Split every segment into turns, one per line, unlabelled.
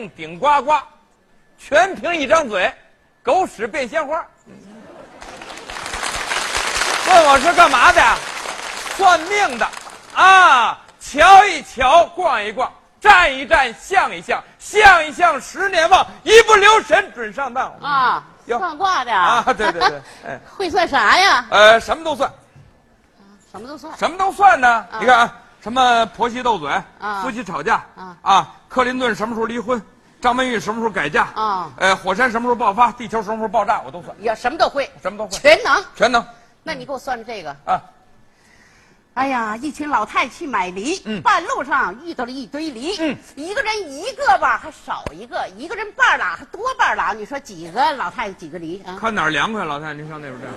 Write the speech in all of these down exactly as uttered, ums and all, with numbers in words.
命顶呱呱，全凭一张嘴，狗屎变鲜花。问我是干嘛的？算命的啊！瞧一瞧，逛一逛，站一站，相一相，相一相，十年旺，一不留神准上当
啊！算卦的
啊？对对对，哎，
会算啥呀？
呃，什么都算，
什么都算，
什么都算呢？啊、你看啊，什么婆媳斗嘴，啊、夫妻吵架，啊啊，克林顿什么时候离婚？张曼玉什么时候改嫁？啊，呃，火山什么时候爆发？地球什么时候爆炸？我都算。
呀，什么都会，
什么都会，
全能，
全能。
那你给我算算这个
啊。
哎呀，一群老太去买梨，嗯，半路上遇到了一堆梨，嗯，一个人一个吧，还少一个，一个人半拉还多半拉，你说几个老太太几个梨啊？
看哪儿凉快，老太太您上那边站。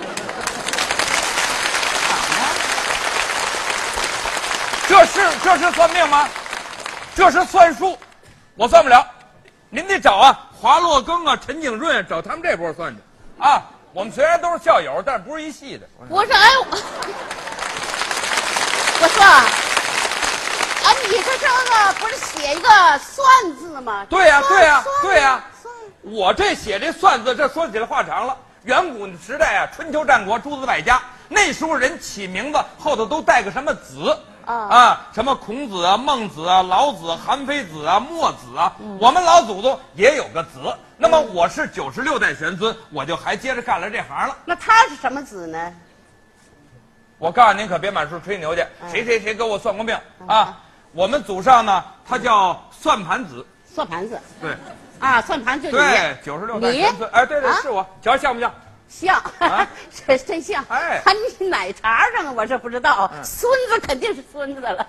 这是这是算命吗？这是算术，我算不了，您得找啊华洛庚啊、陈景润，找他们这波算去啊。我们虽然都是校友，但不是一系的。
我说，哎，我我说，啊，你这这个不是写一个算字吗？
对呀、啊，对呀、啊，对呀、啊。我这写这算字，这说起来话长了。远古时代啊，春秋战国诸子百家，那时候人起名字后头都带个什么子。啊啊，什么孔子啊、孟子啊、老子、韩非子啊、墨子啊，嗯、我们老祖宗也有个子。那么我是九十六代玄孙，我就还接着干了这行了。
那他是什么子呢？
我告诉您，可别满处吹牛去。嗯、谁谁谁给我算过命、嗯、啊？我们祖上呢，他叫算盘子。
算盘子。
对。
啊，算盘就你。
对，九十六代玄孙。哎，对对，啊、是我。瞧像不像？
像，啊、真真像。哎，还你奶茶上我是不知道，嗯、孙子肯定是孙子了。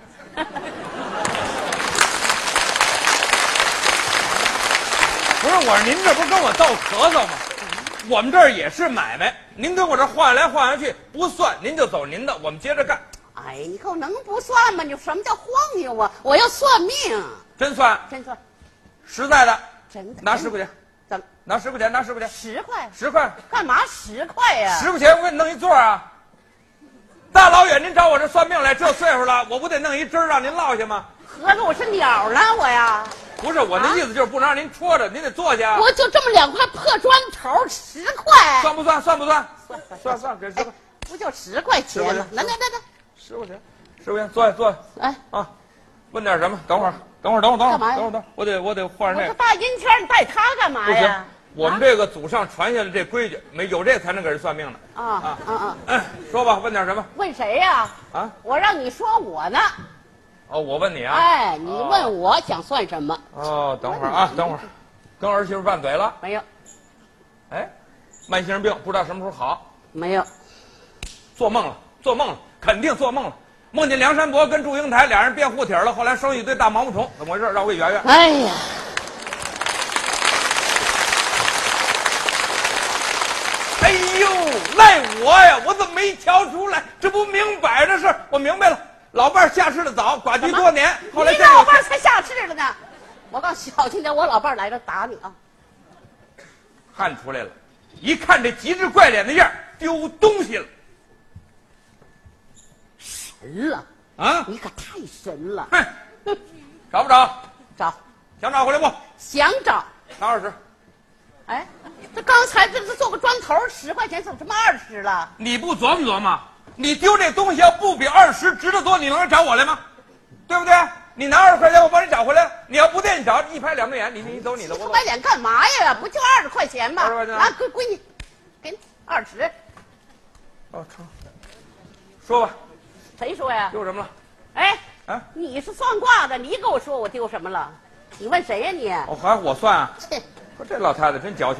不是，我说您这不是跟我逗咳嗽吗？嗯、我们这儿也是买卖，您跟我这换来换下去，不算您就走您的，我们接着干。
哎，你可能不算吗？你什么叫晃悠啊？我要算命。
真算？
真算。
实在的。
真的。
拿十块钱。
怎么？
拿十块钱，拿十块钱，
十块，
十块，
干嘛十块呀？
十块钱我给你弄一座啊！大老远您找我这算命来，这岁数了，我不得弄一针让您落下吗？
合着我是鸟呢，我呀？
不是，我那意思就是不能让您戳着，您得坐下。
我就这么两块破砖头，十块，
算不算？算不算？
算
算算，给十块，
不就十块钱吗？来来来来，
十块钱，十块钱，坐下坐下。
哎
啊，问点什么？等会儿，等会儿，等会儿，等会儿，
干嘛呀？
等会儿，等会儿，我得我得换上这个。
大阴天，你带他干嘛呀？
我们这个祖上传下来这规矩，没有这才能给人算命呢。
啊啊啊！
哎，说吧，问点什么？
问谁呀？啊，我让你说我呢。
哦，我问你啊。
哎，你问我想算什么？
哦，等会儿啊，等会儿，跟儿媳妇拌嘴了
没有？
哎，慢性病不知道什么时候好。
没有。
做梦了，做梦了，肯定做梦了。梦见梁山伯跟祝英台俩人变护体了，后来生一堆大毛毛虫，怎么回事？让我给圆圆。
哎呀！
哎呦，赖我呀！我怎么没瞧出来？这不明摆着事儿。我明白了，老伴儿下世的早，寡居多年。后来
你老伴儿才下世了呢。我告诉小心点，我老伴儿来这打你啊！
看出来了，一看这极致怪脸的样，丢东西了。
神了
啊！
你可太神了！
哼，找不找？
找。
想找回来不？
想找。
拿二十。
哎，这刚才这是做个砖头，十块钱怎么这么二十了？
你不琢磨琢磨，你丢这东西要不比二十值得多，你能找我来吗？对不对？你拿二十块钱，我帮你找回来。你要不对，你找一拍两瞪眼，你你走你的，我
拍脸干嘛呀？不就二十块钱吗？
二十块钱，
啊，闺闺女，给你二十。
哦，成。说吧。
谁说呀？
丢什么了？
哎，
啊，
你是算卦的，你给我说我丢什么了？你问谁呀你？
哦，还我算啊？说这老太太真矫情。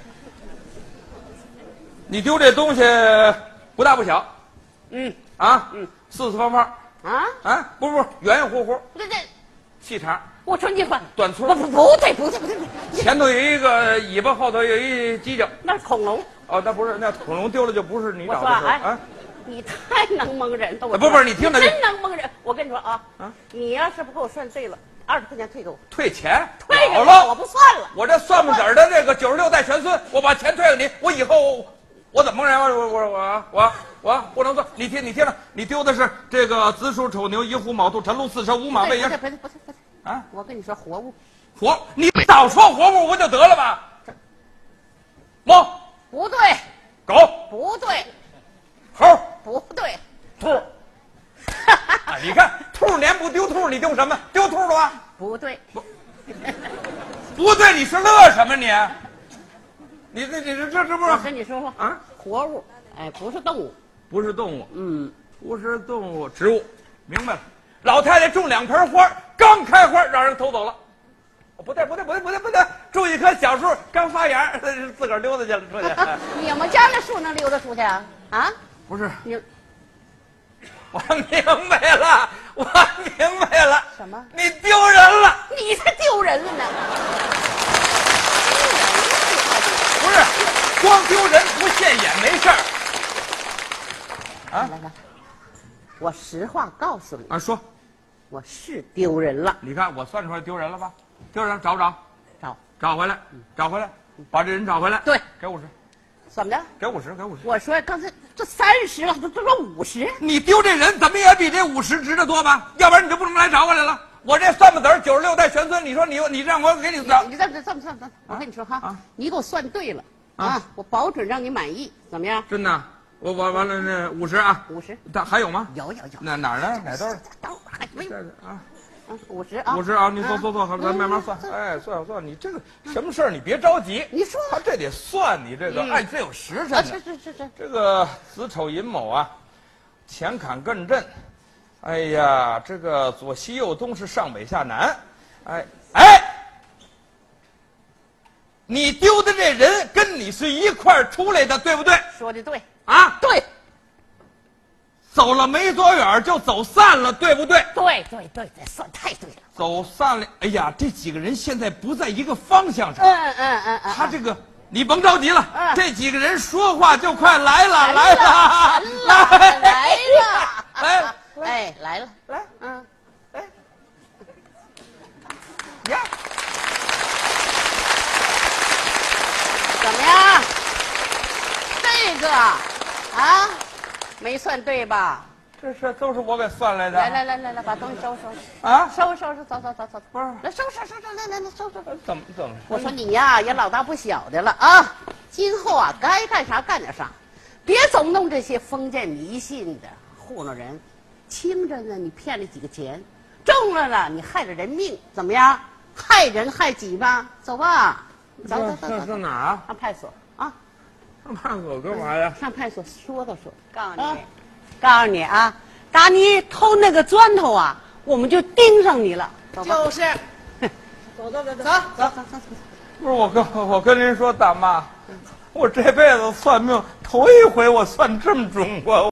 你丢这东西不大不小，
嗯
啊，嗯，四四方方
啊
啊，不不，圆圆乎乎，
这这
细长。
我说你话
短粗，
不不不对不对不对，
前头有一个尾巴，后头有一犄角。
那是恐龙。
哦，那不是，那恐龙丢了就不是你找的事
哎
啊。
你太能蒙人了！我
不不是，你听着，
真能蒙人！我跟你说啊，啊，你要是不给我算对了，二十块钱退给我。
退钱？
退给
了，
我不算了。
我这算命子儿的这个九十六代玄孙，我把钱退给你，我以后我怎么蒙人？我我我我我不能算。你听你听着，你丢的是这个子鼠丑牛寅虎卯兔辰龙巳蛇午马未羊。
不是不是不是不是啊！我跟你说活物。
活，你早说活物不就得了吗？猫
不对，
狗
不对，
猴
不对，
兔。啊，你看兔年不丢兔，你丢什么？丢兔了吧？
不对，
不，不对，你是乐什么你？你这这这这不是？
我跟你说说
啊，
活物，哎，不是动物，
不是动物，
嗯，
不是动物，植物，明白了。老太太种两盆花，刚开花让人偷走了。哦，不对，不对，不对，不对，不对，种一棵小树刚发芽，自个儿溜达去了，出去。
你们家那树能溜达出去啊？啊？
不是，
你
我明白了，我明白了。
什么？
你丢人了？
你才丢人了呢！
不是，光丢人不现眼没事儿。啊，
来来，我实话告诉你，
啊，说，
我是丢人了。
你看我算出来丢人了吧？丢人了，找不找？
找
找回来，找回来，把这人找回来。
对，
给五十，
怎么着？
给五十，给五十。
我说刚才这三十了，都都说五十。
你丢这人怎么也比这五十值得多吧？要不然你就不能来找我来了。我这算盘子九十六代玄孙，你说你你让我给你找，
你这么这么这么这么，我跟你说哈，
啊
你给我算对了
啊
啊，我保准让你满意，怎么样？
真的？我完完了那五十啊，
五十，
但还有吗？
有有有，
哪哪儿呢？哪兜儿？
等会儿还没有
这这啊，
啊，五十啊，
五十啊！你坐坐坐，咱慢慢算。哎，算算，你这个什么事儿？你别着急。
你说
他这得算，你这个
嗯
哎，这有时
啊，
辰的。
是是是是，
这个子丑寅卯啊，乾坎艮震，哎呀，这个左西右东是上北下南，哎哎，你丢的这人跟你是一块儿出来的，对不对？
说的对，
啊，
对
走了没多远就走散了，对不对？
对对对，这算太对了。
走散了，哎呀，这几个人现在不在一个方向上。
嗯嗯嗯嗯，
他这个，你甭着急了，
嗯
这几个人说话就快来了，
来
了，
了来了，
来了，
哎，来了，
来，
嗯，
哎，呀，
怎么样？这个啊，没算对吧？
这是都是我给算来的。
来来来来来，把东西收拾收拾
啊，
收拾收拾，走走走走，
不是
来收拾收拾，来来来收拾。
怎么怎么？
我说你呀，也老大不小的了啊，今后啊，该干啥干点啥，别总弄这些封建迷信的糊弄人。轻着呢，你骗了几个钱；重了呢，你害了人命，怎么样？害人害己吧？走吧，走走走走，
上哪儿啊？
上派出所啊！
上派出所干嘛呀？
上派出所说道说，
告诉你，
啊
告诉你啊，打你偷那个砖头啊，我们就盯上你了。
走吧
就是，走走走走
走走走走。
不是我跟我跟您说，大妈，我这辈子算命头一回我算这么准过。